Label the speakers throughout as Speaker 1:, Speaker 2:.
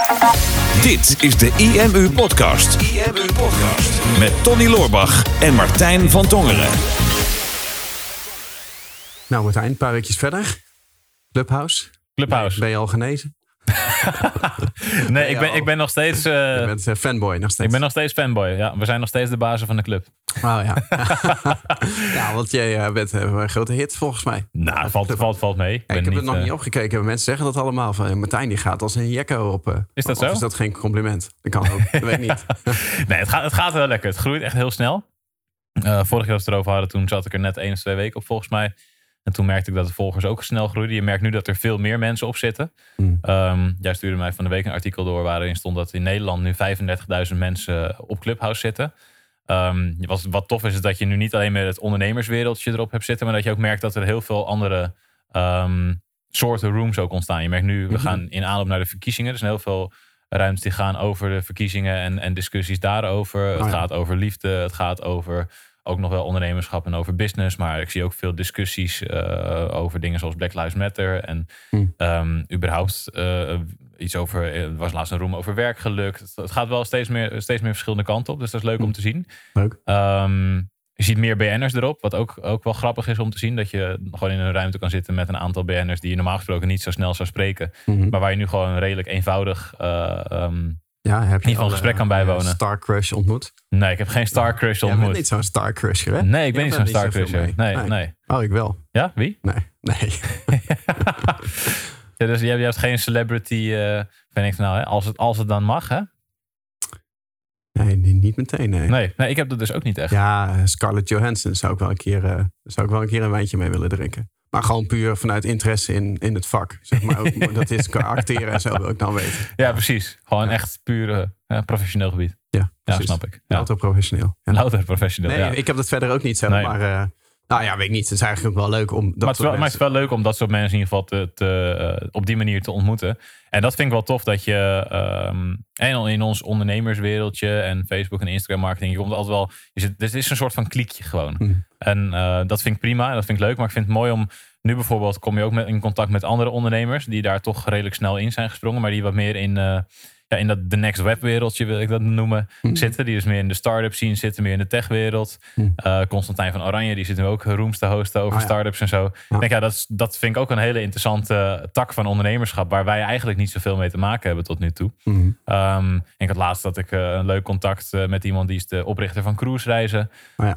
Speaker 1: Dit is de IMU Podcast. IMU Podcast. Met Tony Loorbach en Martijn van Tongeren.
Speaker 2: Nou Martijn, een paar weekjes verder. Clubhouse. Ben je al genezen?
Speaker 3: Nee, ik ben nog steeds...
Speaker 2: Je bent fanboy nog steeds.
Speaker 3: Ik ben nog steeds fanboy, ja. We zijn nog steeds de bazen van de club.
Speaker 2: Oh ja. Ja, want jij bent een grote hit volgens mij.
Speaker 3: Nou, valt mee.
Speaker 2: Ik heb het nog niet opgekeken. Mensen zeggen dat allemaal. Van Martijn die gaat als een jekko op.
Speaker 3: Is dat zo?
Speaker 2: Of is dat geen compliment? Dat kan ook. Dat weet ik niet.
Speaker 3: Nee, het gaat wel lekker. Het groeit echt heel snel. Vorig jaar dat we het erover hadden, toen zat ik er net 1 of 2 weken op volgens mij. En toen merkte ik dat de volgers ook snel groeiden. Je merkt nu dat er veel meer mensen op zitten. Jij stuurde mij van de week een artikel door waarin stond dat in Nederland nu 35.000 mensen op Clubhouse zitten. Wat tof is dat je nu niet alleen met het ondernemerswereldje erop hebt zitten, maar dat je ook merkt dat er heel veel andere soorten rooms ook ontstaan. Je merkt nu, we gaan in aanloop naar de verkiezingen. Er zijn heel veel ruimtes die gaan over de verkiezingen en discussies daarover. Het gaat over liefde, het gaat over ook nog wel ondernemerschap en over business. Maar ik zie ook veel discussies over dingen zoals Black Lives Matter. En überhaupt iets over... Er was laatst een room over werkgeluk. Het gaat wel steeds meer verschillende kanten op. Dus dat is leuk om te zien.
Speaker 2: Leuk.
Speaker 3: Je ziet meer BN'ers erop. Wat ook wel grappig is om te zien. Dat je gewoon in een ruimte kan zitten met een aantal BN'ers die je normaal gesproken niet zo snel zou spreken. Maar waar je nu gewoon redelijk eenvoudig...
Speaker 2: heb je
Speaker 3: in een gesprek kan bijwonen.
Speaker 2: Star Crush ontmoet?
Speaker 3: Nee, ik heb geen Star Crush ontmoet.
Speaker 2: Jij bent niet zo'n Star Crusher, hè?
Speaker 3: Nee, ik ben niet zo'n Star Crusher. Nee.
Speaker 2: Oh, ik wel.
Speaker 3: Ja, wie?
Speaker 2: Nee.
Speaker 3: Ja, dus je hebt geen celebrity... ben ik van, nou, hè, als het dan mag, hè?
Speaker 2: Nee, niet meteen,
Speaker 3: Nee, ik heb dat dus ook niet echt.
Speaker 2: Ja, Scarlett Johansson zou ik wel een keer een wijntje mee willen drinken. Maar gewoon puur vanuit interesse in het vak. Zeg maar ook, dat is acteren en zo wil ik dan weten.
Speaker 3: Ja, precies. Gewoon echt puur professioneel gebied.
Speaker 2: Ja,
Speaker 3: snap ik.
Speaker 2: Ja. Louter professioneel. Ja.
Speaker 3: Louter professioneel,
Speaker 2: Nee, ik heb dat verder ook niet, zeg maar... Nou ja, weet ik niet. Het is eigenlijk ook wel leuk om dat
Speaker 3: maar het is wel leuk om dat soort mensen in ieder geval op die manier te ontmoeten. En dat vind ik wel tof dat je in ons ondernemerswereldje en Facebook en Instagram marketing, je komt altijd wel. Dit is een soort van kliekje gewoon. En dat vind ik prima, dat vind ik leuk. Maar ik vind het mooi om nu bijvoorbeeld kom je ook in contact met andere ondernemers die daar toch redelijk snel in zijn gesprongen, maar die wat meer in dat de next web wereldje wil ik dat noemen zitten. Die dus meer in de start-up scene zitten, meer in de tech wereld. Constantijn van Oranje, die zit nu ook rooms te hosten over start-ups en zo. Ik denk, dat vind ik ook een hele interessante tak van ondernemerschap waar wij eigenlijk niet zoveel mee te maken hebben tot nu toe. Ik had laatst dat ik een leuk contact met iemand die is de oprichter van cruisereizen.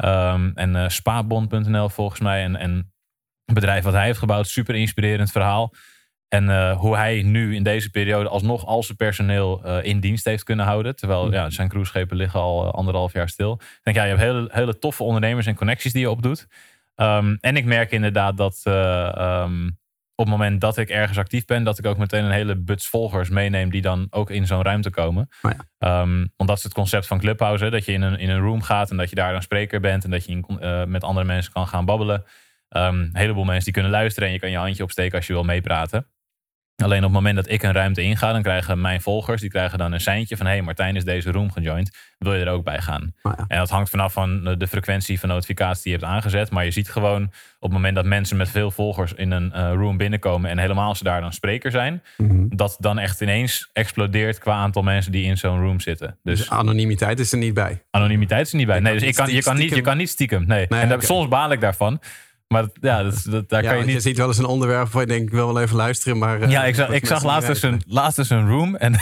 Speaker 3: En Spabond.nl volgens mij. En een bedrijf wat hij heeft gebouwd, super inspirerend verhaal. En hoe hij nu in deze periode alsnog al zijn personeel in dienst heeft kunnen houden. Terwijl zijn cruiseschepen liggen al 1,5 jaar stil. Ik denk, je hebt hele toffe ondernemers en connecties die je opdoet. En ik merk inderdaad dat op het moment dat ik ergens actief ben, dat ik ook meteen een hele buts volgers meeneem die dan ook in zo'n ruimte komen. Want dat is het concept van Clubhouse. Hè, dat je in een room gaat en dat je daar een spreker bent. En dat je met andere mensen kan gaan babbelen. Een heleboel mensen die kunnen luisteren en je kan je handje opsteken als je wil meepraten. Alleen op het moment dat ik een ruimte inga, dan krijgen mijn volgers, die krijgen dan een seintje van hey, Martijn is deze room gejoind. Wil je er ook bij gaan? En dat hangt vanaf van de frequentie van notificaties die je hebt aangezet. Maar je ziet gewoon op het moment dat mensen met veel volgers in een room binnenkomen en helemaal als ze daar dan spreker zijn, dat dan echt ineens explodeert qua aantal mensen die in zo'n room zitten. Dus
Speaker 2: anonimiteit is er niet bij.
Speaker 3: Anonimiteit is er niet bij. Nee, dus je kan niet stiekem. Nee. En soms baal ik daarvan. Maar daar kan je niet...
Speaker 2: Je ziet wel eens een onderwerp waar je denkt, ik wil wel even luisteren, maar...
Speaker 3: ik zag laatst eens een room en...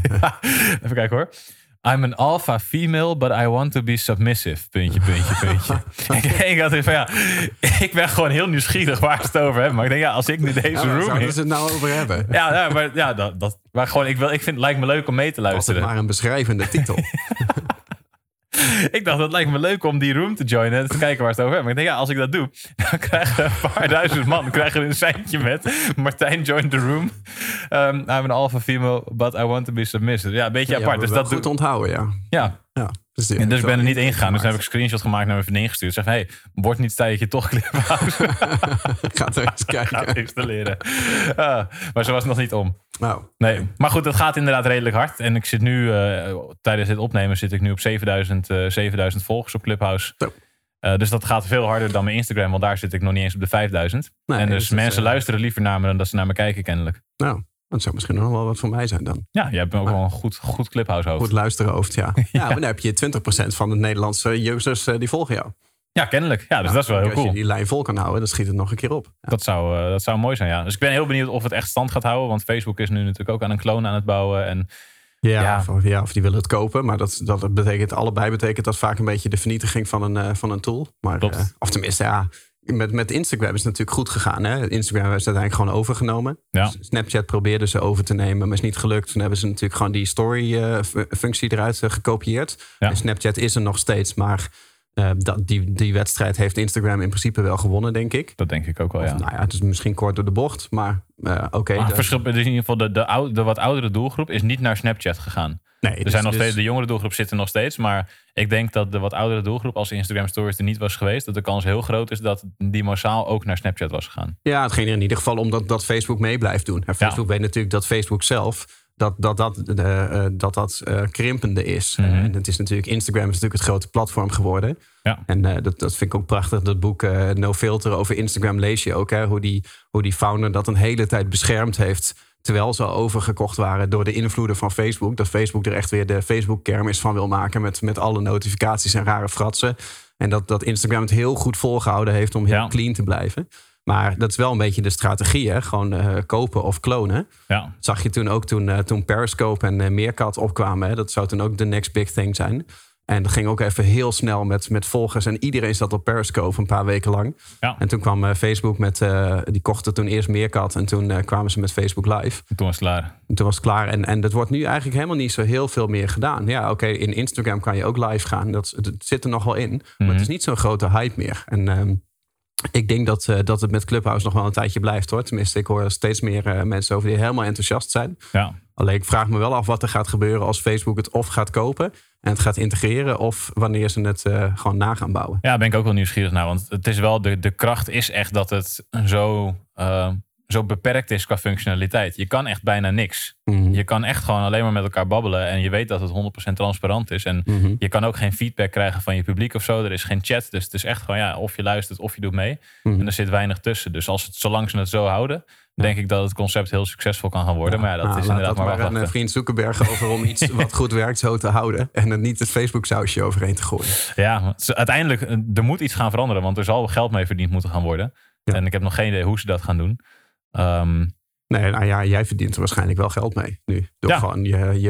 Speaker 3: even kijken hoor. I'm an alpha female, but I want to be submissive. Puntje. Ik had van ik ben gewoon heel nieuwsgierig waar ze het over hebben. Maar ik denk, als ik nu deze room...
Speaker 2: Zouden ze het nou over hebben?
Speaker 3: Maar gewoon, ik vind het lijkt me leuk om mee te luisteren.
Speaker 2: Altijd maar een beschrijvende titel.
Speaker 3: Ik dacht, dat lijkt me leuk om die room te joinen en te kijken waar ze het over hebben. Maar ik denk, als ik dat doe, dan krijgen een paar duizend man een seintje met Martijn joined the room. I'm an alpha female, but I want to be submissive. Ja, een beetje apart. Dus dat
Speaker 2: goed onthouden, ja.
Speaker 3: Dus ik ben er niet ingegaan. Dus dan heb ik een screenshot gemaakt naar mijn vriendin gestuurd. Zeg, hey, wordt niet tijd dat je toch Clubhouse
Speaker 2: gaat er eens kijken.
Speaker 3: Gaat installeren. Maar zo was het nog niet om.
Speaker 2: Nou,
Speaker 3: nee. Maar goed, het gaat inderdaad redelijk hard. En ik zit nu, tijdens dit opnemen, zit ik nu op 7000 volgers op Clubhouse. Dus dat gaat veel harder dan mijn Instagram. Want daar zit ik nog niet eens op de 5000. En dus mensen luisteren liever naar me dan dat ze naar me kijken kennelijk.
Speaker 2: Nou, Dat zou misschien nog wel wat voor mij zijn dan.
Speaker 3: Ja, je hebt ook wel een goed Clubhouse hoofd.
Speaker 2: Goed luisterhoofd, ja. Ja, maar dan heb je 20% van de Nederlandse users die volgen jou.
Speaker 3: Ja, kennelijk. Ja, dus dat is wel heel cool.
Speaker 2: Als je die lijn vol kan houden, dan schiet het nog een keer op. Ja.
Speaker 3: Dat zou mooi zijn, ja. Dus ik ben heel benieuwd of het echt stand gaat houden. Want Facebook is nu natuurlijk ook aan een kloon aan het bouwen. En
Speaker 2: of die willen het kopen. Maar dat betekent, allebei betekent dat vaak een beetje de vernietiging van een tool. Maar, of tenminste, ja, met Instagram is het natuurlijk goed gegaan. Hè? Instagram is uiteindelijk gewoon overgenomen. Ja. Snapchat probeerde ze over te nemen, maar is niet gelukt. Toen hebben ze natuurlijk gewoon die story-functie eruit gekopieerd. Ja. En Snapchat is er nog steeds, maar die wedstrijd heeft Instagram in principe wel gewonnen, denk ik.
Speaker 3: Dat denk ik ook wel, ja.
Speaker 2: Nou ja, het is misschien kort door de bocht, maar oké.
Speaker 3: Maar het verschil is in ieder geval de wat oudere doelgroep is niet naar Snapchat gegaan. Nee, zijn nog steeds, de jongere doelgroep zit er nog steeds. Maar ik denk dat de wat oudere doelgroep, als Instagram Stories er niet was geweest, dat de kans heel groot is dat die massaal ook naar Snapchat was gegaan. Ja,
Speaker 2: het ging er in ieder geval om dat Facebook mee blijft doen. En Facebook weet natuurlijk dat Facebook zelf dat krimpende is.
Speaker 3: Mm-hmm.
Speaker 2: En het is natuurlijk, Instagram is natuurlijk het grote platform geworden. Ja. En dat vind ik ook prachtig. Dat boek No Filter over Instagram lees je ook. Hè, hoe die founder dat een hele tijd beschermd heeft, terwijl ze al overgekocht waren door de invloeden van Facebook. Dat Facebook er echt weer de Facebook-kermis van wil maken met alle notificaties en rare fratsen. En dat Instagram het heel goed volgehouden heeft om heel clean te blijven. Maar dat is wel een beetje de strategie, hè? Gewoon kopen of klonen. Ja. Dat zag je toen Periscope en Meerkat opkwamen. Hè? Dat zou toen ook de next big thing zijn. En dat ging ook even heel snel met volgers. En iedereen zat op Periscope een paar weken lang. Ja. En toen kwam Facebook die kochten toen eerst Meerkat. En toen kwamen ze met Facebook Live.
Speaker 3: En toen was het klaar.
Speaker 2: En dat wordt nu eigenlijk helemaal niet zo heel veel meer gedaan. Ja, oké, in Instagram kan je ook live gaan. Dat zit er nog wel in. Mm-hmm. Maar het is niet zo'n grote hype meer. En ik denk dat het met Clubhouse nog wel een tijdje blijft, hoor. Tenminste, ik hoor steeds meer mensen over die helemaal enthousiast zijn. Ja. Alleen ik vraag me wel af wat er gaat gebeuren als Facebook het of gaat kopen en het gaat integreren, of wanneer ze het gewoon na gaan bouwen.
Speaker 3: Ja, daar ben ik ook wel nieuwsgierig naar. Want het is wel, de kracht is echt dat het zo beperkt is qua functionaliteit. Je kan echt bijna niks. Mm-hmm. Je kan echt gewoon alleen maar met elkaar babbelen en je weet dat het 100% transparant is. En je kan ook geen feedback krijgen van je publiek of zo. Er is geen chat, dus het is echt gewoon of je luistert of je doet mee. Mm-hmm. En er zit weinig tussen. Dus zolang ze het zo houden, denk ik dat het concept heel succestvol kan gaan worden. Maar dat is inderdaad maar wachten.
Speaker 2: Een vriend Zuckerberg over om iets wat goed werkt zo te houden en er niet het Facebook-sausje overheen te gooien.
Speaker 3: Ja, uiteindelijk, er moet iets gaan veranderen, want er zal geld mee verdiend moeten gaan worden. Ja. En ik heb nog geen idee hoe ze dat gaan doen.
Speaker 2: Nee, nou ja, jij verdient er waarschijnlijk wel geld mee nu. Door gewoon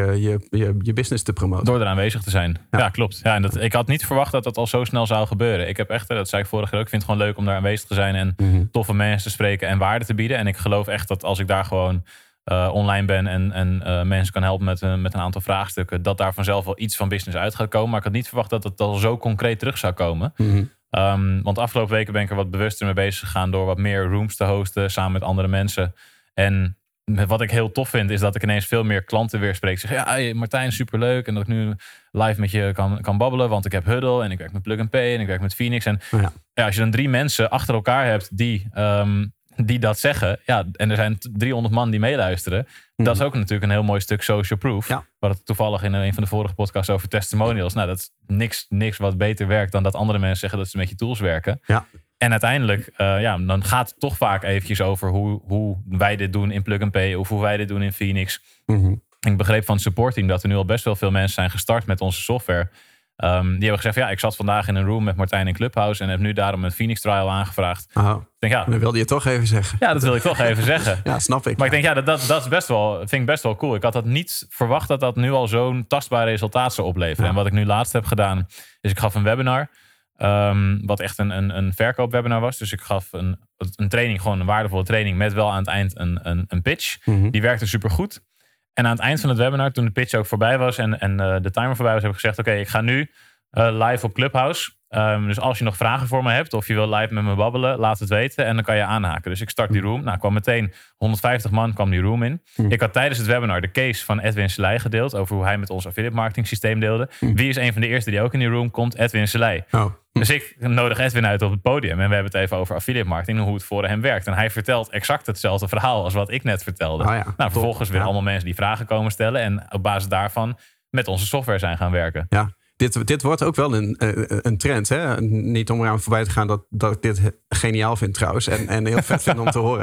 Speaker 2: je business te promoten.
Speaker 3: Door er aanwezig te zijn. Ja, klopt. Ja, en ik had niet verwacht dat dat al zo snel zou gebeuren. Ik heb echt, dat zei ik vorige keer ook, ik vind het gewoon leuk om daar aanwezig te zijn en toffe mensen te spreken en waarde te bieden. En ik geloof echt dat als ik daar gewoon online ben en mensen kan helpen met een aantal vraagstukken, dat daar vanzelf wel iets van business uit gaat komen. Maar ik had niet verwacht dat het al zo concreet terug zou komen. Want de afgelopen weken ben ik er wat bewuster mee bezig gegaan door wat meer rooms te hosten samen met andere mensen. En wat ik heel tof vind is dat ik ineens veel meer klanten weer spreek. Zeg, hey Martijn, superleuk. En dat ik nu live met je kan babbelen. Want ik heb Huddle en ik werk met Plug and Pay en ik werk met Phoenix. En als je dan 3 mensen achter elkaar hebt die dat zeggen. Ja, en er zijn 300 man die meeluisteren. Dat is ook natuurlijk een heel mooi stuk social proof. Ja. We hadden het toevallig in een van de vorige podcasts over testimonials. Nou, dat is niks wat beter werkt dan dat andere mensen zeggen dat ze met je tools werken. Ja. En uiteindelijk, dan gaat het toch vaak eventjes over hoe wij dit doen in Plug and Pay of hoe wij dit doen in Phoenix. Mm-hmm. Ik begreep van het supportteam dat er nu al best wel veel mensen zijn gestart met onze software. Die hebben gezegd, ik zat vandaag in een room met Martijn in Clubhouse en heb nu daarom een Phoenix trial aangevraagd.
Speaker 2: Oh. Ik denk, dat wilde je toch even zeggen.
Speaker 3: Ja, dat wil ik toch even zeggen.
Speaker 2: Ja, snap ik.
Speaker 3: Maar ik denk, dat is vind ik best wel cool. Ik had dat niet verwacht dat nu al zo'n tastbaar resultaat zou opleveren. Ja. En wat ik nu laatst heb gedaan, is ik gaf een webinar. Wat echt een verkoopwebinar was. Dus ik gaf een training, gewoon een waardevolle training met wel aan het eind een pitch. Mm-hmm. Die werkte supergoed. En aan het eind van het webinar, toen de pitch ook voorbij was en de timer voorbij was, heb ik gezegd, oké, ik ga nu live op Clubhouse. Dus als je nog vragen voor me hebt of je wil live met me babbelen, laat het weten en dan kan je aanhaken. Dus ik start die room. Nou, kwam meteen 150 man kwam die room in. Ik had tijdens het webinar de case van Edwin Selei gedeeld over hoe hij met ons affiliate marketing systeem deelde. Wie is een van de eerste die ook in die room komt? Edwin Selei. Oh. Dus ik nodig Edwin uit op het podium en we hebben het even over affiliate marketing en hoe het voor hem werkt. En hij vertelt exact hetzelfde verhaal als wat ik net vertelde. Oh ja, vervolgens weer allemaal mensen die vragen komen stellen en op basis daarvan met onze software zijn gaan werken.
Speaker 2: Ja. Dit wordt ook wel een trend. Hè? Niet om eraan voorbij te gaan dat ik dit geniaal vind trouwens. En heel vet vind om te horen.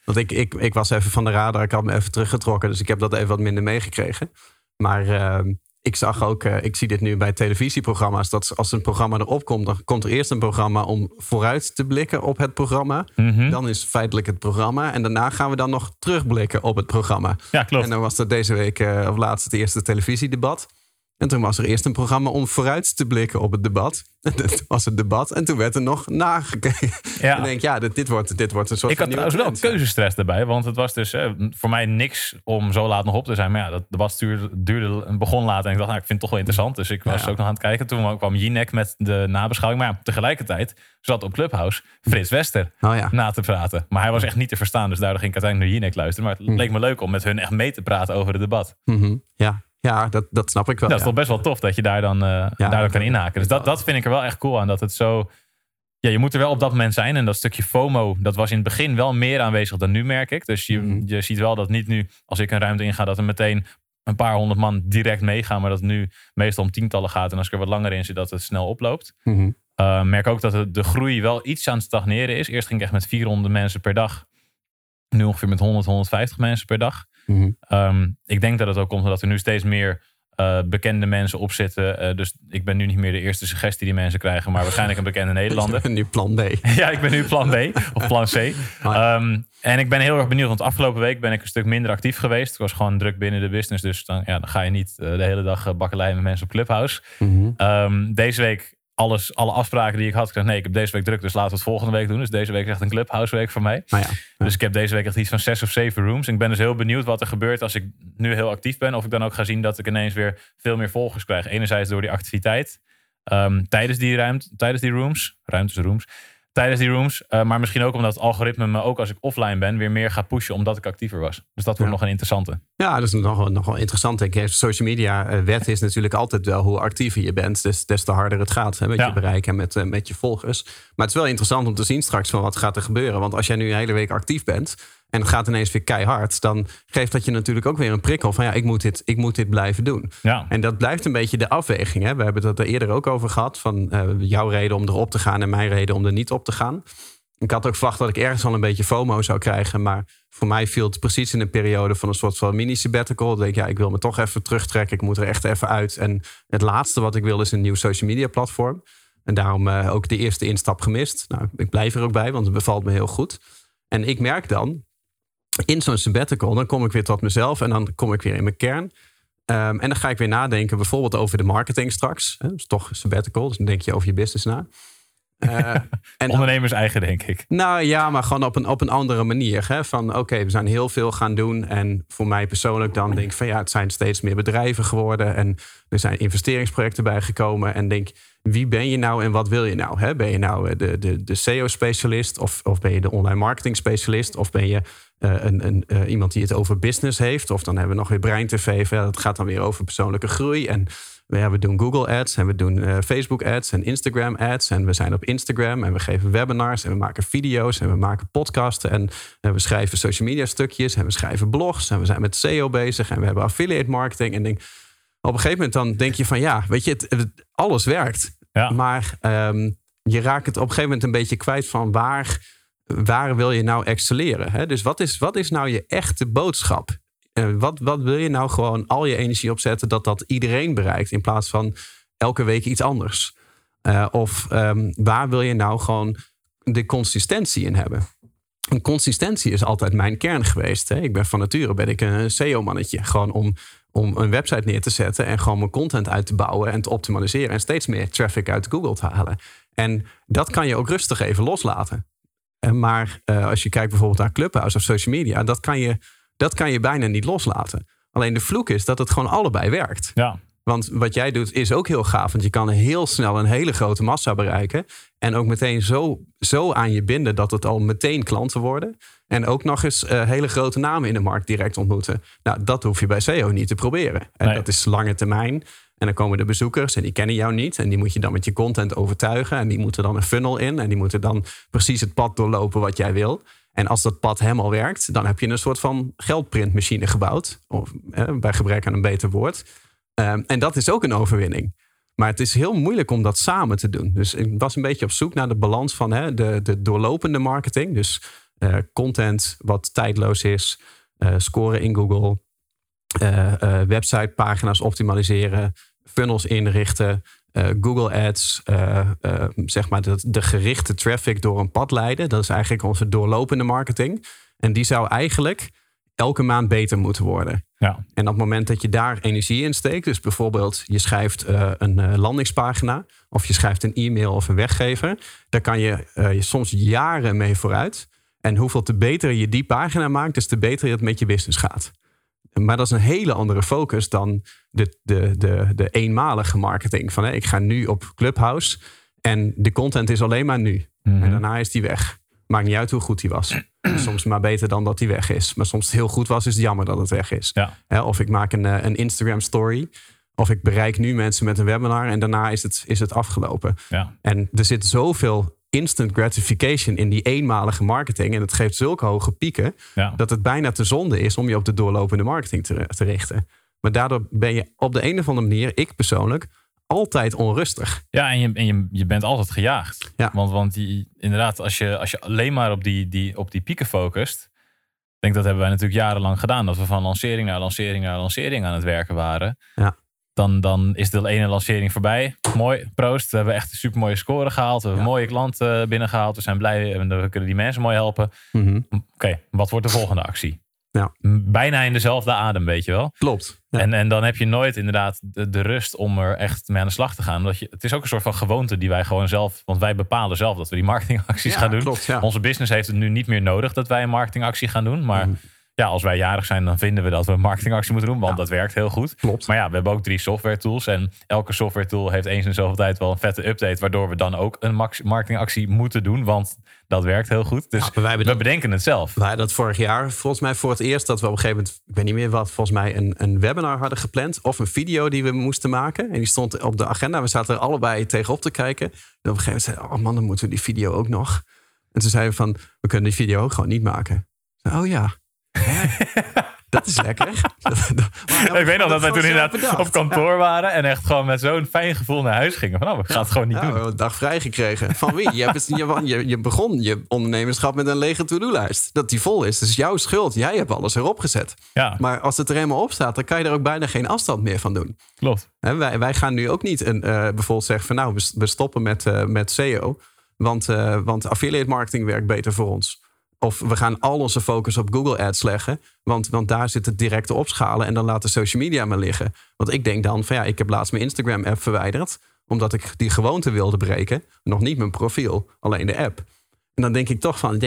Speaker 2: Want ik was even van de radar. Ik had me even teruggetrokken. Dus ik heb dat even wat minder meegekregen. Maar ik zag ook, ik zie dit nu bij televisieprogramma's, dat als een programma erop komt, dan komt er eerst een programma om vooruit te blikken op het programma. Mm-hmm. Dan is feitelijk het programma. En daarna gaan we dan nog terugblikken op het programma.
Speaker 3: Ja, klopt.
Speaker 2: En dan was er deze week of laatst het eerste televisiedebat. En toen was er eerst een programma om vooruit te blikken op het debat. En dat was het debat. En toen werd er nog nagekeken. Ja. En denk dit wordt een soort.
Speaker 3: Ik had trouwens wel keuzestress daarbij. Want het was dus voor mij niks om zo laat nog op te zijn. Maar ja, dat debat begon laat. En ik dacht, ik vind het toch wel interessant. Dus ik was ook nog aan het kijken. Toen kwam Jinek met de nabeschouwing. Maar ja, tegelijkertijd zat op Clubhouse Frits Wester na te praten. Maar hij was echt niet te verstaan. Dus daardoor ging ik uiteindelijk naar Jinek luisteren. Maar het leek me leuk om met hun echt mee te praten over het debat.
Speaker 2: Mm-hmm. Ja, dat snap ik wel.
Speaker 3: Dat is toch best wel tof dat je daar dan kan inhaken. Dus dat vind ik er wel echt cool aan. Dat het zo. Ja, je moet er wel op dat moment zijn. En dat stukje FOMO, dat was in het begin wel meer aanwezig dan nu, merk ik. Dus je ziet wel dat niet nu, als ik een ruimte inga, dat er meteen een paar honderd man direct meegaan. Maar dat het nu meestal om tientallen gaat. En als ik er wat langer in zit, dat het snel oploopt. Mm-hmm. Merk ook dat de groei wel iets aan het stagneren is. Eerst ging ik echt met 400 mensen per dag. Nu ongeveer met 100, 150 mensen per dag. Mm-hmm. Ik denk dat het ook komt omdat er nu steeds meer bekende mensen op zitten. Dus ik ben nu niet meer de eerste suggestie die mensen krijgen, maar waarschijnlijk een bekende Nederlander.
Speaker 2: Ik ben nu plan B.
Speaker 3: Ja, ik ben nu plan B of plan C. En ik ben heel erg benieuwd, want afgelopen week ben ik een stuk minder actief geweest. Ik was gewoon druk binnen de business, dus dan ga je niet de hele dag bakkeleien met mensen op Clubhouse. Mm-hmm. Deze week alle afspraken die ik had, ik heb deze week druk, dus laten we het volgende week doen. Dus deze week is echt een Clubhouse week voor mij. Dus ik heb deze week echt iets van 6 of 7 rooms. Ik ben dus heel benieuwd wat er gebeurt als ik nu heel actief ben. Of ik dan ook ga zien dat ik ineens weer veel meer volgers krijg. Enerzijds door die activiteit tijdens die rooms. Tijdens die rooms. Maar misschien ook omdat het algoritme me ook als ik offline ben weer meer gaat pushen omdat ik actiever was. Dus dat wordt nog een interessante.
Speaker 2: Ja, dat is nog wel interessant. Social media wet is natuurlijk altijd wel hoe actiever je bent. Des te harder het gaat met je bereik en met je volgers. Maar het is wel interessant om te zien straks van wat gaat er gebeuren. Want als jij nu een hele week actief bent en het gaat ineens weer keihard, dan geeft dat je natuurlijk ook weer een prikkel van ik moet dit blijven doen. Ja. En dat blijft een beetje de afweging. Hè? We hebben het er eerder ook over gehad van jouw reden om erop te gaan en mijn reden om er niet op te gaan. Ik had ook verwacht dat ik ergens al een beetje FOMO zou krijgen, maar voor mij viel het precies in een periode van een soort van mini-sabbatical. Dan denk ik wil me toch even terugtrekken. Ik moet er echt even uit. En het laatste wat ik wil is een nieuw social media platform. En daarom ook de eerste instap gemist. Nou, ik blijf er ook bij, want het bevalt me heel goed. En ik merk dan, in zo'n sabbatical, dan kom ik weer tot mezelf en dan kom ik weer in mijn kern. En dan ga ik weer nadenken bijvoorbeeld over de marketing straks. Dat is toch sabbatical, dus dan denk je over je business na.
Speaker 3: En ondernemers eigen, denk ik.
Speaker 2: Nou ja, maar gewoon op een andere manier. Hè? Van oké, we zijn heel veel gaan doen. En voor mij persoonlijk dan denk ik van het zijn steeds meer bedrijven geworden. En er zijn investeringsprojecten bijgekomen. En denk, wie ben je nou en wat wil je nou? Hè? Ben je nou de SEO-specialist? Of ben je de online marketing specialist? Of ben je iemand die het over business heeft? Of dan hebben we nog weer Brein TV. Dat gaat dan weer over persoonlijke groei. En we doen Google Ads en we doen Facebook Ads en Instagram Ads. En we zijn op Instagram en we geven webinars en we maken video's en we maken podcasten. En we schrijven social media stukjes en we schrijven blogs. En we zijn met SEO bezig en we hebben affiliate marketing. En op een gegeven moment dan denk je van weet je, alles werkt. Ja. Maar je raakt het op een gegeven moment een beetje kwijt van waar wil je nou excelleren? Hè? Dus wat is nou je echte boodschap? Wat wil je nou gewoon al je energie opzetten dat iedereen bereikt in plaats van elke week iets anders? Waar wil je nou gewoon de consistentie in hebben? En consistentie is altijd mijn kern geweest. Hè? Ik ben van nature een SEO-mannetje. Gewoon om een website neer te zetten en gewoon mijn content uit te bouwen en te optimaliseren en steeds meer traffic uit Google te halen. En dat kan je ook rustig even loslaten. Maar als je kijkt bijvoorbeeld naar Clubhouse of social media, dat kan je bijna niet loslaten. Alleen de vloek is dat het gewoon allebei werkt. Ja. Want wat jij doet is ook heel gaaf. Want je kan heel snel een hele grote massa bereiken. En ook meteen zo aan je binden dat het al meteen klanten worden. En ook nog eens hele grote namen in de markt direct ontmoeten. Nou, dat hoef je bij SEO niet te proberen. En dat is lange termijn. En dan komen de bezoekers en die kennen jou niet. En die moet je dan met je content overtuigen. En die moeten dan een funnel in. En die moeten dan precies het pad doorlopen wat jij wil. En als dat pad helemaal werkt, dan heb je een soort van geldprintmachine gebouwd. Of bij gebrek aan een beter woord. En dat is ook een overwinning. Maar het is heel moeilijk om dat samen te doen. Dus ik was een beetje op zoek naar de balans van de doorlopende marketing. Dus content wat tijdloos is, scoren in Google, websitepagina's optimaliseren, funnels inrichten, Google Ads, zeg maar de gerichte traffic door een pad leiden. Dat is eigenlijk onze doorlopende marketing. En die zou eigenlijk elke maand beter moeten worden.
Speaker 3: Ja.
Speaker 2: En op het moment dat je daar energie in steekt, dus bijvoorbeeld je schrijft een landingspagina of je schrijft een e-mail of een weggever, daar kan je soms jaren mee vooruit. En hoeveel te beter je die pagina maakt, dus te beter het met je business gaat. Maar dat is een hele andere focus dan de eenmalige marketing. Van ik ga nu op Clubhouse en de content is alleen maar nu. Mm-hmm. En daarna is die weg. Maakt niet uit hoe goed die was. Soms maar beter dan dat die weg is. Maar soms het heel goed was, is het jammer dat het weg is.
Speaker 3: Ja.
Speaker 2: Of ik maak een Instagram story. Of ik bereik nu mensen met een webinar en daarna is het afgelopen.
Speaker 3: Ja.
Speaker 2: En er zit zoveel instant gratification in die eenmalige marketing. En het geeft zulke hoge pieken dat het bijna te zonde is om je op de doorlopende marketing te richten. Maar daardoor ben je op de een of andere manier, ik persoonlijk, altijd onrustig.
Speaker 3: Ja, en je bent altijd gejaagd.
Speaker 2: Ja.
Speaker 3: Want inderdaad, als je alleen maar op die pieken focust, ik denk dat hebben wij natuurlijk jarenlang gedaan, dat we van lancering naar lancering naar lancering aan het werken waren.
Speaker 2: Ja.
Speaker 3: Dan is de ene lancering voorbij. Mooi, proost. We hebben echt een supermooie score gehaald. We hebben mooie klanten binnengehaald. We zijn blij en we kunnen die mensen mooi helpen.
Speaker 2: Mm-hmm.
Speaker 3: Oké, wat wordt de volgende actie?
Speaker 2: Ja.
Speaker 3: Bijna in dezelfde adem, weet je wel.
Speaker 2: Klopt. Ja.
Speaker 3: En dan heb je nooit inderdaad de rust om er echt mee aan de slag te gaan. Omdat het is ook een soort van gewoonte die wij gewoon zelf, want wij bepalen zelf dat we die marketingacties gaan doen.
Speaker 2: Klopt, ja.
Speaker 3: Onze business heeft het nu niet meer nodig dat wij een marketingactie gaan doen. Maar als wij jarig zijn, dan vinden we dat we een marketingactie moeten doen. Want dat werkt heel goed.
Speaker 2: Klopt.
Speaker 3: Maar we hebben ook 3 software tools. En elke software tool heeft eens in zoveel tijd wel een vette update. Waardoor we dan ook een marketingactie moeten doen. Want dat werkt heel goed. Dus we bedenken het zelf.
Speaker 2: Wij hadden dat vorig jaar volgens mij voor het eerst dat we op een gegeven moment, ik weet niet meer wat, volgens mij een webinar hadden gepland. Of een video die we moesten maken. En die stond op de agenda. We zaten er allebei tegenop te kijken. En op een gegeven moment zeiden we, oh man, dan moeten we die video ook nog. En toen zeiden we van, we kunnen die video ook gewoon niet maken. Oh ja. Dat is lekker.
Speaker 3: Ik weet nog dat wij toen inderdaad op kantoor waren en echt gewoon met zo'n fijn gevoel naar huis gingen. Van, we gaan het gewoon niet doen. We hebben
Speaker 2: een dag vrij gekregen. Van wie? Je begon je ondernemerschap met een lege to-do-lijst. Dat die vol is. Dat is jouw schuld. Jij hebt alles erop gezet.
Speaker 3: Ja.
Speaker 2: Maar als het er helemaal op staat, dan kan je er ook bijna geen afstand meer van doen.
Speaker 3: Klopt.
Speaker 2: Wij gaan nu ook niet bijvoorbeeld zeggen van we stoppen met SEO. Want affiliate marketing werkt beter voor ons. Of we gaan al onze focus op Google Ads leggen. Want daar zit het directe opschalen. En dan laat de social media maar liggen. Want ik denk dan van ik heb laatst mijn Instagram app verwijderd. Omdat ik die gewoonte wilde breken. Nog niet mijn profiel, alleen de app. En dan denk ik toch van,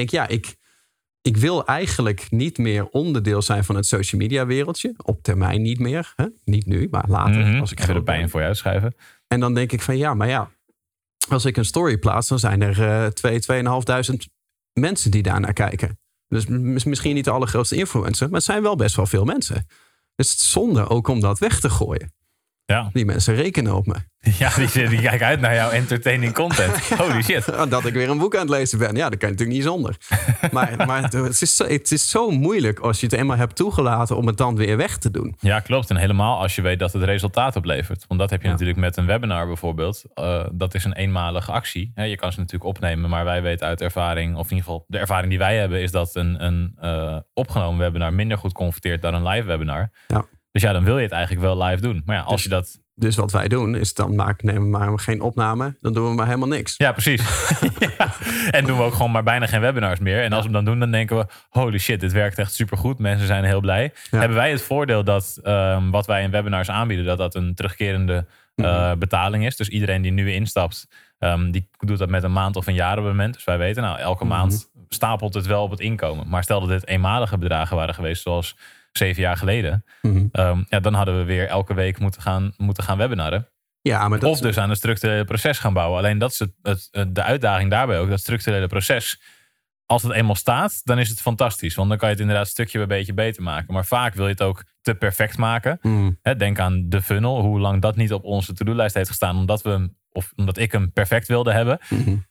Speaker 2: ik wil eigenlijk niet meer onderdeel zijn van het social media wereldje. Op termijn niet meer. Hè? Niet nu, maar later.
Speaker 3: Mm-hmm.
Speaker 2: Als ik
Speaker 3: ga er pijn voor je uitschuiven.
Speaker 2: En dan denk ik van als ik een story plaats, dan zijn er 2.500 mensen die daarnaar kijken. Dus misschien niet de allergrootste influencer, maar het zijn wel best wel veel mensen. Dus het is zonde ook om dat weg te gooien.
Speaker 3: Ja.
Speaker 2: Die mensen rekenen op me.
Speaker 3: Ja, die kijken uit naar jouw entertaining content. Holy shit.
Speaker 2: Dat ik weer een boek aan het lezen ben. Ja, dat kan je natuurlijk niet zonder. Maar het is zo moeilijk als je het eenmaal hebt toegelaten om het dan weer weg te doen.
Speaker 3: Ja, klopt. En helemaal als je weet dat het resultaat oplevert. Want dat heb je natuurlijk met een webinar bijvoorbeeld. Dat is een eenmalige actie. Je kan ze natuurlijk opnemen, maar wij weten uit ervaring, of in ieder geval de ervaring die wij hebben, is dat een opgenomen webinar minder goed converteert dan een live webinar.
Speaker 2: Ja.
Speaker 3: Dus dan wil je het eigenlijk wel live doen. Maar als je dat...
Speaker 2: Dus wat wij doen is dan nemen we maar geen opname. Dan doen we maar helemaal niks.
Speaker 3: Ja, precies. Ja. En doen we ook gewoon maar bijna geen webinars meer. En als we dan doen, dan denken we, holy shit, dit werkt echt supergoed. Mensen zijn heel blij. Ja. Hebben wij het voordeel dat wat wij in webinars aanbieden, dat een terugkerende betaling is. Dus iedereen die nu instapt, die doet dat met een maand of een jaar abonnement. Dus wij weten, elke maand stapelt het wel op het inkomen. Maar stel dat dit eenmalige bedragen waren geweest, zoals 7 jaar geleden. Dan hadden we weer elke week moeten gaan webinaren.
Speaker 2: Ja, maar
Speaker 3: of dus aan het structurele proces gaan bouwen. Alleen dat is de uitdaging daarbij ook. Dat structurele proces. Als het eenmaal staat, dan is het fantastisch. Want dan kan je het inderdaad stukje bij beetje beter maken. Maar vaak wil je het ook te perfect maken. Denk aan de funnel. Hoe lang dat niet op onze to-do-lijst heeft gestaan. Omdat ik hem perfect wilde hebben.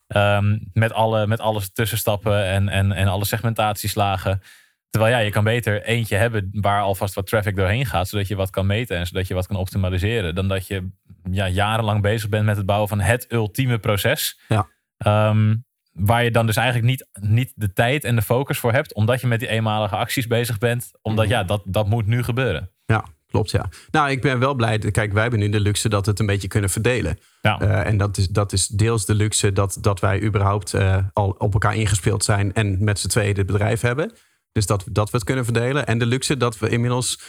Speaker 3: Met alle tussenstappen en alle segmentatieslagen. Terwijl je kan beter eentje hebben waar alvast wat traffic doorheen gaat. Zodat je wat kan meten en zodat je wat kan optimaliseren. Dan dat je jarenlang bezig bent met het bouwen van het ultieme proces.
Speaker 2: Ja.
Speaker 3: waar je dan dus eigenlijk niet de tijd en de focus voor hebt. Omdat je met die eenmalige acties bezig bent. Omdat dat moet nu gebeuren.
Speaker 2: Ja, klopt, ja. Nou, ik ben wel blij. Kijk, wij hebben nu de luxe dat we het een beetje kunnen verdelen. Ja. En dat is deels de luxe dat wij überhaupt al op elkaar ingespeeld zijn. En met z'n tweeën dit bedrijf hebben. Dus dat we het kunnen verdelen. En de luxe dat we inmiddels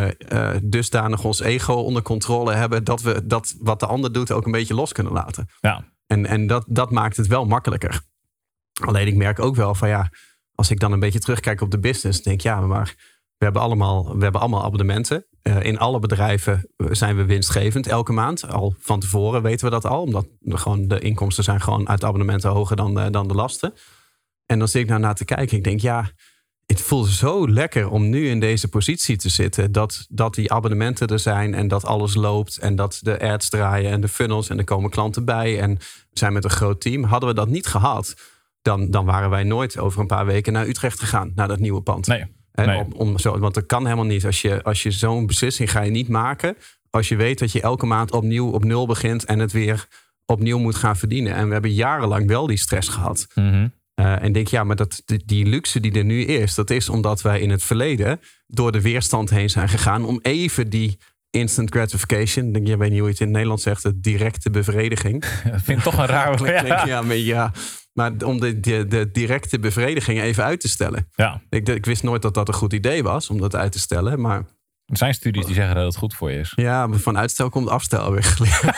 Speaker 2: dusdanig ons ego onder controle hebben. Dat we dat wat de ander doet ook een beetje los kunnen laten. Ja. En dat maakt het wel makkelijker. Alleen ik merk ook wel van als ik dan een beetje terugkijk op de business, denk ik maar we hebben allemaal abonnementen. In alle bedrijven zijn we winstgevend elke maand. Al van tevoren weten we dat al. Omdat gewoon de inkomsten zijn gewoon uit abonnementen hoger dan de lasten. En dan zit ik naar te kijken. Ik denk het voelt zo lekker om nu in deze positie te zitten. Dat die abonnementen er zijn en dat alles loopt. En dat de ads draaien en de funnels en er komen klanten bij. En we zijn met een groot team. Hadden we dat niet gehad, dan waren wij nooit over een paar weken naar Utrecht gegaan. Naar dat nieuwe pand.
Speaker 3: Nee.
Speaker 2: Want dat kan helemaal niet. Als je zo'n beslissing ga je niet maken. Als je weet dat je elke maand opnieuw op nul begint. En het weer opnieuw moet gaan verdienen. En we hebben jarenlang wel die stress gehad.
Speaker 3: Mm-hmm.
Speaker 2: En denk maar die luxe die er nu is. Dat is omdat wij in het verleden door de weerstand heen zijn gegaan. Om even die instant gratification. Ik weet niet hoe je het in het Nederlands zegt. De directe bevrediging.
Speaker 3: Dat vind ik toch een raar woord.
Speaker 2: Maar om de directe bevrediging even uit te stellen. Ja. Ik wist nooit dat een goed idee was om dat uit te stellen. Maar
Speaker 3: er zijn studies die zeggen dat het goed voor je is.
Speaker 2: Ja, maar van uitstel komt afstel weer.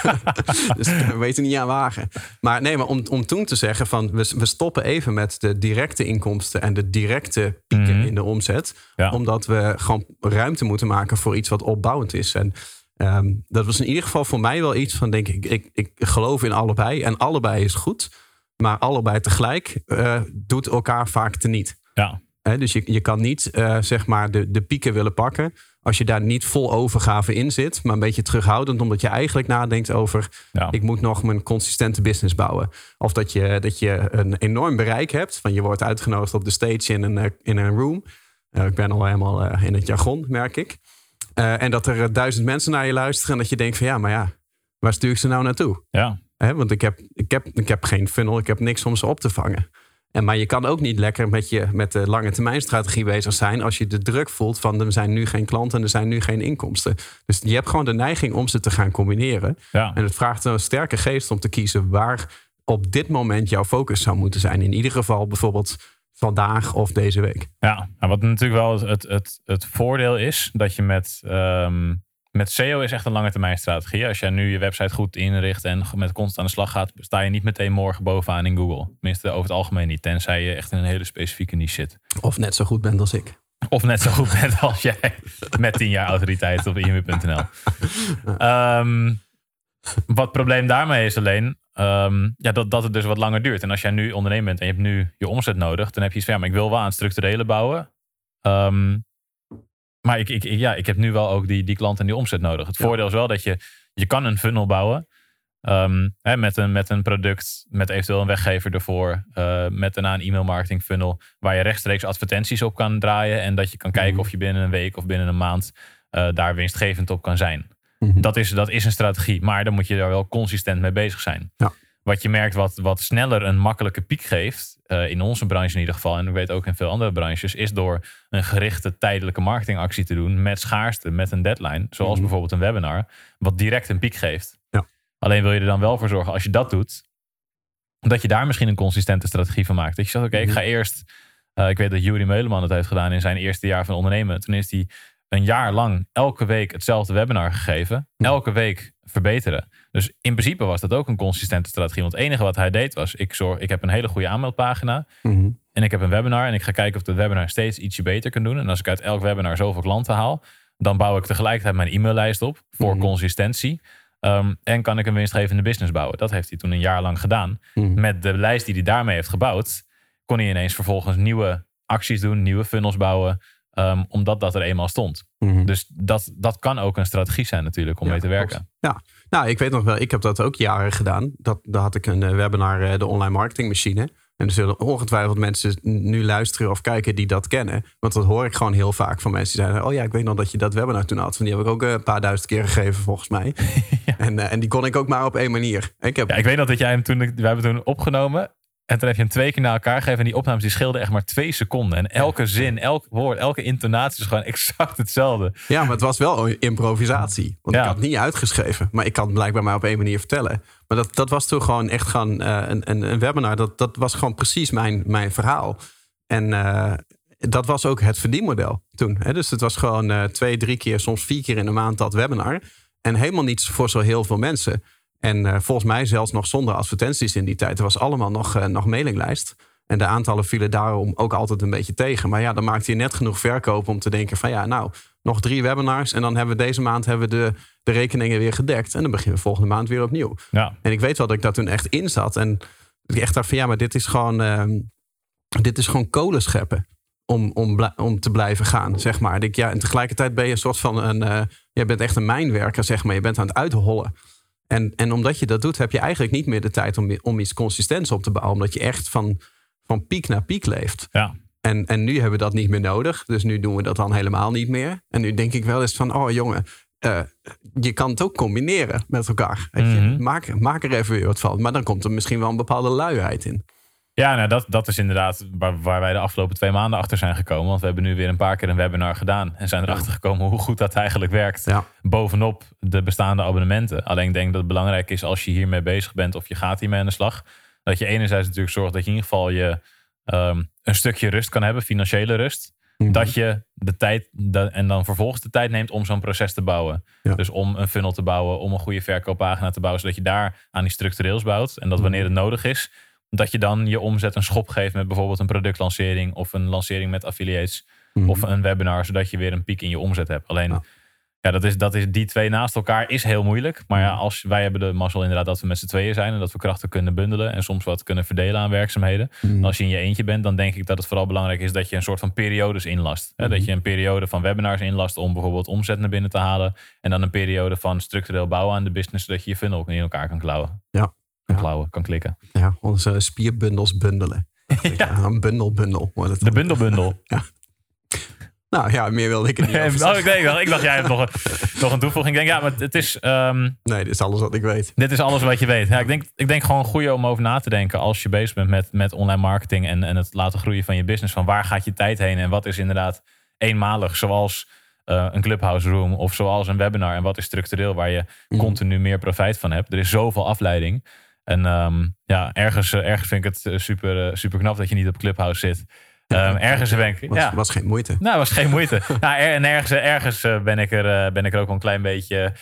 Speaker 2: Dus we weten niet aan wagen. Maar om toen te zeggen van we stoppen even met de directe inkomsten en de directe pieken in de omzet. Ja. Omdat we gewoon ruimte moeten maken voor iets wat opbouwend is. En dat was in ieder geval voor mij wel iets van denk ik geloof in allebei. En allebei is goed. Maar allebei tegelijk doet elkaar vaak teniet. Ja. Dus je kan niet zeg maar de pieken willen pakken. Als je daar niet vol overgave in zit. Maar een beetje terughoudend. Omdat je eigenlijk nadenkt over ik moet nog mijn consistente business bouwen. Of dat je een enorm bereik hebt. Van je wordt uitgenodigd op de stage in een room. Ik ben al helemaal in het jargon, merk ik. En dat er 1000 mensen naar je luisteren. En dat je denkt van waar stuur ik ze nou naartoe? Ja. Want ik heb geen funnel, ik heb niks om ze op te vangen. Maar je kan ook niet lekker met de lange termijn strategie bezig zijn als je de druk voelt van er zijn nu geen klanten en er zijn nu geen inkomsten. Dus je hebt gewoon de neiging om ze te gaan combineren. Ja. En het vraagt een sterke geest om te kiezen waar op dit moment jouw focus zou moeten zijn. In ieder geval bijvoorbeeld vandaag of deze week.
Speaker 3: Ja, wat natuurlijk wel het voordeel is dat je met SEO is echt een lange termijn strategie. Als jij nu je website goed inricht en met constant aan de slag gaat, sta je niet meteen morgen bovenaan in Google. Tenminste, over het algemeen niet. Tenzij je echt in een hele specifieke niche zit.
Speaker 2: Of net zo goed bent als ik.
Speaker 3: Of net zo goed bent als jij. Met 10 jaar autoriteit op imw.nl. Wat het probleem daarmee is alleen dat het dus wat langer duurt. En als jij nu ondernemer bent en je hebt nu je omzet nodig, dan heb je iets van maar ik wil wel aan het structurele bouwen. Maar ik heb nu wel ook die klant en die omzet nodig. Het voordeel is wel dat je kan een funnel bouwen. Met een product, met eventueel een weggever ervoor. Met daarna een e-mail marketing funnel. Waar je rechtstreeks advertenties op kan draaien. En dat je kan kijken of je binnen een week of binnen een maand daar winstgevend op kan zijn. Mm-hmm. Dat is een strategie. Maar dan moet je daar wel consistent mee bezig zijn. Ja. Wat je merkt wat sneller een makkelijke piek geeft. In onze branche in ieder geval. En ik weet ook in veel andere branches. Is door een gerichte tijdelijke marketingactie te doen. Met schaarste, met een deadline. Zoals bijvoorbeeld een webinar. Wat direct een piek geeft. Ja. Alleen wil je er dan wel voor zorgen als je dat doet. Dat je daar misschien een consistente strategie van maakt. Dat je zegt oké, ik ga eerst. Ik weet dat Juri Meuleman het heeft gedaan in zijn eerste jaar van ondernemen. Toen is hij een jaar lang elke week hetzelfde webinar gegeven. Elke week verbeteren. Dus in principe was dat ook een consistente strategie. Want het enige wat hij deed was, ik heb een hele goede aanmeldpagina. Mm-hmm. En ik heb een webinar. En ik ga kijken of de webinar steeds ietsje beter kan doen. En als ik uit elk webinar zoveel klanten haal, dan bouw ik tegelijkertijd mijn e-maillijst op voor consistentie. En kan ik een winstgevende business bouwen. Dat heeft hij toen een jaar lang gedaan. Met de lijst die hij daarmee heeft gebouwd, kon hij ineens vervolgens nieuwe acties doen, nieuwe funnels bouwen. Omdat dat er eenmaal stond. Mm-hmm. Dus dat kan ook een strategie zijn natuurlijk om mee te werken.
Speaker 2: Ja, nou ik weet nog wel, ik heb dat ook jaren gedaan. Daar had ik een webinar, de online marketingmachine. En er zullen ongetwijfeld mensen nu luisteren of kijken die dat kennen. Want dat hoor ik gewoon heel vaak van mensen die zeiden, oh ja, ik weet nog dat je dat webinar toen had. Van die heb ik ook een paar duizend keer gegeven volgens mij. Ja. En die kon ik ook maar op één manier.
Speaker 3: Ik weet nog dat jij hem we hebben toen opgenomen. En toen heb je hem 2 keer naar elkaar gegeven. En die opnames die scheelden echt maar 2 seconden. En elke zin, elk woord, elke intonatie is gewoon exact hetzelfde.
Speaker 2: Ja, maar het was wel improvisatie. Want ik had het niet uitgeschreven. Maar ik kan het blijkbaar maar op 1 manier vertellen. Maar dat was toen gewoon echt gewoon een webinar. Dat was gewoon precies mijn verhaal. En dat was ook het verdienmodel toen. Hè? Dus het was gewoon 2, 3 keer, soms 4 keer in de maand dat webinar. En helemaal niet voor zo heel veel mensen. En volgens mij zelfs nog zonder advertenties in die tijd. Er was allemaal nog mailinglijst. En de aantallen vielen daarom ook altijd een beetje tegen. Maar ja, dan maakte je net genoeg verkoop om te denken van ja, nou, nog 3 webinars. En dan hebben we deze maand de rekeningen weer gedekt. En dan beginnen we volgende maand weer opnieuw. Ja. En ik weet wel dat ik daar toen echt in zat. En ik echt dacht van ja, maar dit is gewoon kolen scheppen. Om te blijven gaan, zeg maar. En tegelijkertijd ben je een soort van je bent echt een mijnwerker, zeg maar. Je bent aan het uithollen. En omdat je dat doet, heb je eigenlijk niet meer de tijd om iets consistents op te bouwen. Omdat je echt van piek naar piek leeft. Ja. En nu hebben we dat niet meer nodig. Dus nu doen we dat dan helemaal niet meer. En nu denk ik wel eens van, oh jongen, je kan het ook combineren met elkaar. Mm-hmm. Maak er even weer wat van. Maar dan komt er misschien wel een bepaalde luiheid in.
Speaker 3: Ja, nou dat is inderdaad waar wij de afgelopen 2 maanden achter zijn gekomen. Want we hebben nu weer een paar keer een webinar gedaan. En zijn erachter gekomen hoe goed dat eigenlijk werkt. Ja. Bovenop de bestaande abonnementen. Alleen ik denk dat het belangrijk is als je hiermee bezig bent of je gaat hiermee aan de slag. Dat je enerzijds natuurlijk zorgt dat je in ieder geval een stukje rust kan hebben. Financiële rust. Mm-hmm. Dat je de tijd en dan vervolgens de tijd neemt om zo'n proces te bouwen. Ja. Dus om een funnel te bouwen, om een goede verkooppagina te bouwen. Zodat je daar aan die structureels bouwt. En dat wanneer het nodig is, dat je dan je omzet een schop geeft met bijvoorbeeld een productlancering of een lancering met affiliates of een webinar, zodat je weer een piek in je omzet hebt. Alleen, dat is die 2 naast elkaar is heel moeilijk. Maar ja, wij hebben de mazzel inderdaad dat we met z'n tweeën zijn en dat we krachten kunnen bundelen en soms wat kunnen verdelen aan werkzaamheden. En als je in je eentje bent, dan denk ik dat het vooral belangrijk is dat je een soort van periodes inlast. Dat je een periode van webinars inlast om bijvoorbeeld omzet naar binnen te halen en dan een periode van structureel bouwen aan de business, zodat je je funnel in elkaar kan klauwen. Ja. Kan klikken. Ja, onze spierbundels bundelen. Een bundel wordt het. De bundelbundel. Ja. Nou ja, meer wilde ik er niet over. Ik dacht, jij hebt nog een toevoeging. Ik denk, maar het is... nee, dit is alles wat ik weet. Dit is alles wat je weet. Ja, ik denk gewoon goed om over na te denken als je bezig bent met online marketing en het laten groeien van je business. Van waar gaat je tijd heen en wat is inderdaad eenmalig, zoals een Clubhouse Room of zoals een webinar. En wat is structureel waar je continu meer profijt van hebt. Er is zoveel afleiding. En ergens vind ik het super knap dat je niet op Clubhouse zit. Ergens ben ik... Was geen moeite. Nou, was geen moeite. En ergens ben ik er ook wel een klein beetje...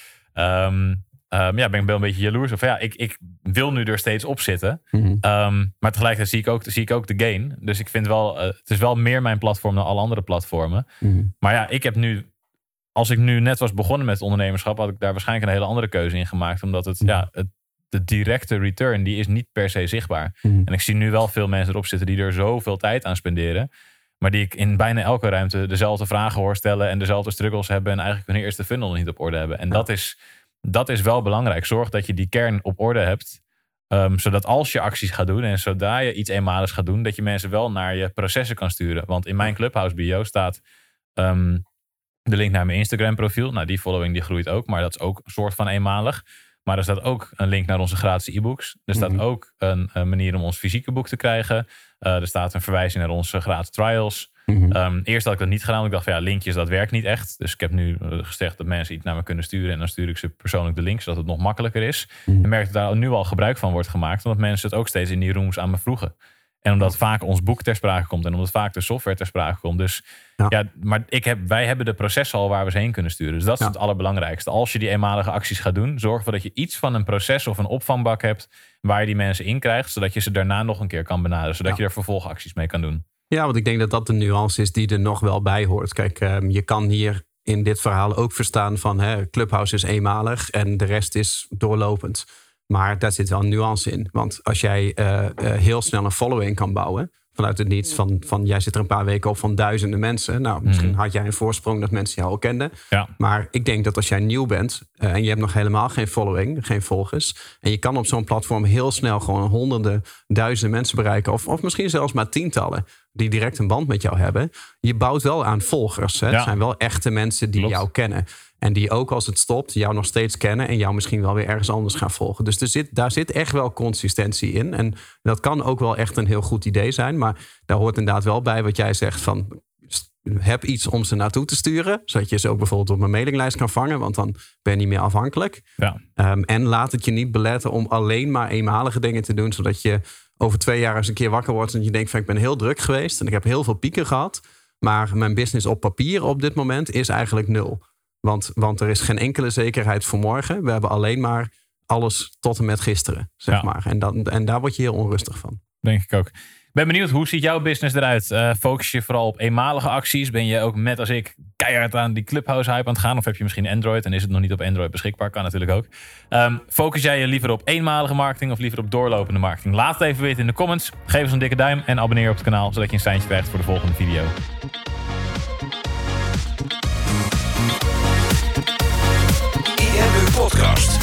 Speaker 3: ben ik wel een beetje jaloers. Of ik wil nu er steeds op zitten. Mm-hmm. Maar tegelijkertijd zie ik ook de gain. Dus ik vind wel... het is wel meer mijn platform dan alle andere platformen. Mm-hmm. Maar ja, ik heb nu... Als ik nu net was begonnen met ondernemerschap, had ik daar waarschijnlijk een hele andere keuze in gemaakt. Omdat de directe return, die is niet per se zichtbaar. Mm. En ik zie nu wel veel mensen erop zitten die er zoveel tijd aan spenderen. Maar die ik in bijna elke ruimte dezelfde vragen hoor stellen en dezelfde struggles hebben en eigenlijk hun eerste funnel nog niet op orde hebben. En dat is wel belangrijk. Zorg dat je die kern op orde hebt. Zodat als je acties gaat doen en zodra je iets eenmaligs gaat doen, dat je mensen wel naar je processen kan sturen. Want in mijn Clubhouse bio staat de link naar mijn Instagram profiel. Nou, die following die groeit ook, maar dat is ook een soort van eenmalig. Maar er staat ook een link naar onze gratis e-books. Er staat ook een manier om ons fysieke boek te krijgen. Er staat een verwijzing naar onze gratis trials. Eerst had ik dat niet gedaan. Ik dacht van linkjes, dat werkt niet echt. Dus ik heb nu gezegd dat mensen iets naar me kunnen sturen. En dan stuur ik ze persoonlijk de link, zodat het nog makkelijker is. En merk dat daar nu al gebruik van wordt gemaakt. Omdat mensen het ook steeds in die rooms aan me vroegen. En omdat vaak ons boek ter sprake komt. En omdat vaak de software ter sprake komt. Dus maar wij hebben de processen al waar we ze heen kunnen sturen. Dus dat is het allerbelangrijkste. Als je die eenmalige acties gaat doen, zorg ervoor dat je iets van een proces of een opvangbak hebt waar je die mensen in krijgt. Zodat je ze daarna nog een keer kan benaderen. Zodat je er vervolgacties mee kan doen. Ja, want ik denk dat de nuance is die er nog wel bij hoort. Kijk, je kan hier in dit verhaal ook verstaan van Clubhouse is eenmalig en de rest is doorlopend. Maar daar zit wel een nuance in. Want als jij heel snel een following kan bouwen vanuit het niets van jij zit er een paar weken op van duizenden mensen. Nou, misschien had jij een voorsprong dat mensen jou al kenden. Ja. Maar ik denk dat als jij nieuw bent en je hebt nog helemaal geen following, geen volgers. En je kan op zo'n platform heel snel gewoon honderden, duizenden mensen bereiken. Of misschien zelfs maar tientallen die direct een band met jou hebben. Je bouwt wel aan volgers. Hè? Ja. Het zijn wel echte mensen die jou kennen.
Speaker 2: En die ook als het stopt jou nog steeds kennen en jou misschien wel weer ergens anders gaan volgen. Dus daar zit echt wel consistentie in. En dat kan ook wel echt een heel goed idee zijn. Maar daar hoort inderdaad wel bij wat jij zegt van... heb iets om ze naartoe te sturen. Zodat je ze ook bijvoorbeeld op mijn mailinglijst kan vangen. Want dan ben je niet meer afhankelijk. Ja. En laat het je niet beletten om alleen maar eenmalige dingen te doen. Zodat je over 2 jaar eens een keer wakker wordt. En je denkt van ik ben heel druk geweest. En ik heb heel veel pieken gehad. Maar mijn business op papier op dit moment is eigenlijk 0. Want er is geen enkele zekerheid voor morgen. We hebben alleen maar alles tot en met gisteren. Zeg maar. En daar word je heel onrustig van.
Speaker 3: Denk ik ook. Ik ben benieuwd, hoe ziet jouw business eruit? Focus je vooral op eenmalige acties? Ben je ook net als ik keihard aan die Clubhouse hype aan het gaan? Of heb je misschien Android en is het nog niet op Android beschikbaar? Kan natuurlijk ook. Focus jij je liever op eenmalige marketing of liever op doorlopende marketing? Laat het even weten in de comments. Geef ons een dikke duim en abonneer op het kanaal, zodat je een seintje krijgt voor de volgende video.
Speaker 1: IMU Podcast.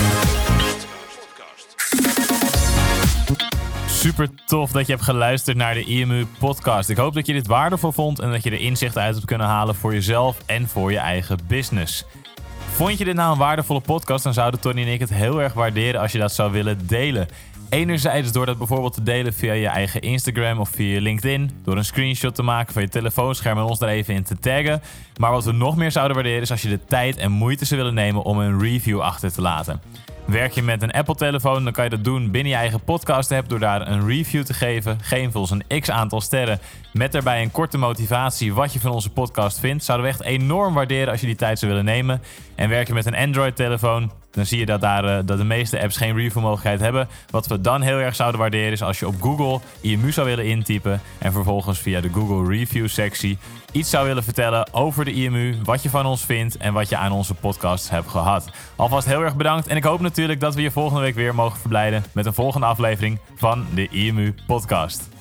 Speaker 3: Super tof dat je hebt geluisterd naar de IMU Podcast. Ik hoop dat je dit waardevol vond en dat je er inzichten uit hebt kunnen halen voor jezelf en voor je eigen business. Vond je dit nou een waardevolle podcast, dan zouden Tony en ik het heel erg waarderen als je dat zou willen delen. Enerzijds door dat bijvoorbeeld te delen via je eigen Instagram of via je LinkedIn. Door een screenshot te maken van je telefoonscherm en ons daar even in te taggen. Maar wat we nog meer zouden waarderen is als je de tijd en moeite zou willen nemen om een review achter te laten. Werk je met een Apple-telefoon, dan kan je dat doen binnen je eigen podcast-app door daar een review te geven. Geef ons een x-aantal sterren met daarbij een korte motivatie wat je van onze podcast vindt. Zouden we echt enorm waarderen als je die tijd zou willen nemen. En werk je met een Android-telefoon, dan zie je dat de meeste apps geen review-mogelijkheid hebben. Wat we dan heel erg zouden waarderen is als je op Google IMU zou willen intypen en vervolgens via de Google Review-sectie iets zou willen vertellen over de IMU, wat je van ons vindt en wat je aan onze podcast hebt gehad. Alvast heel erg bedankt en ik hoop natuurlijk dat we je volgende week weer mogen verblijden met een volgende aflevering van de IMU Podcast.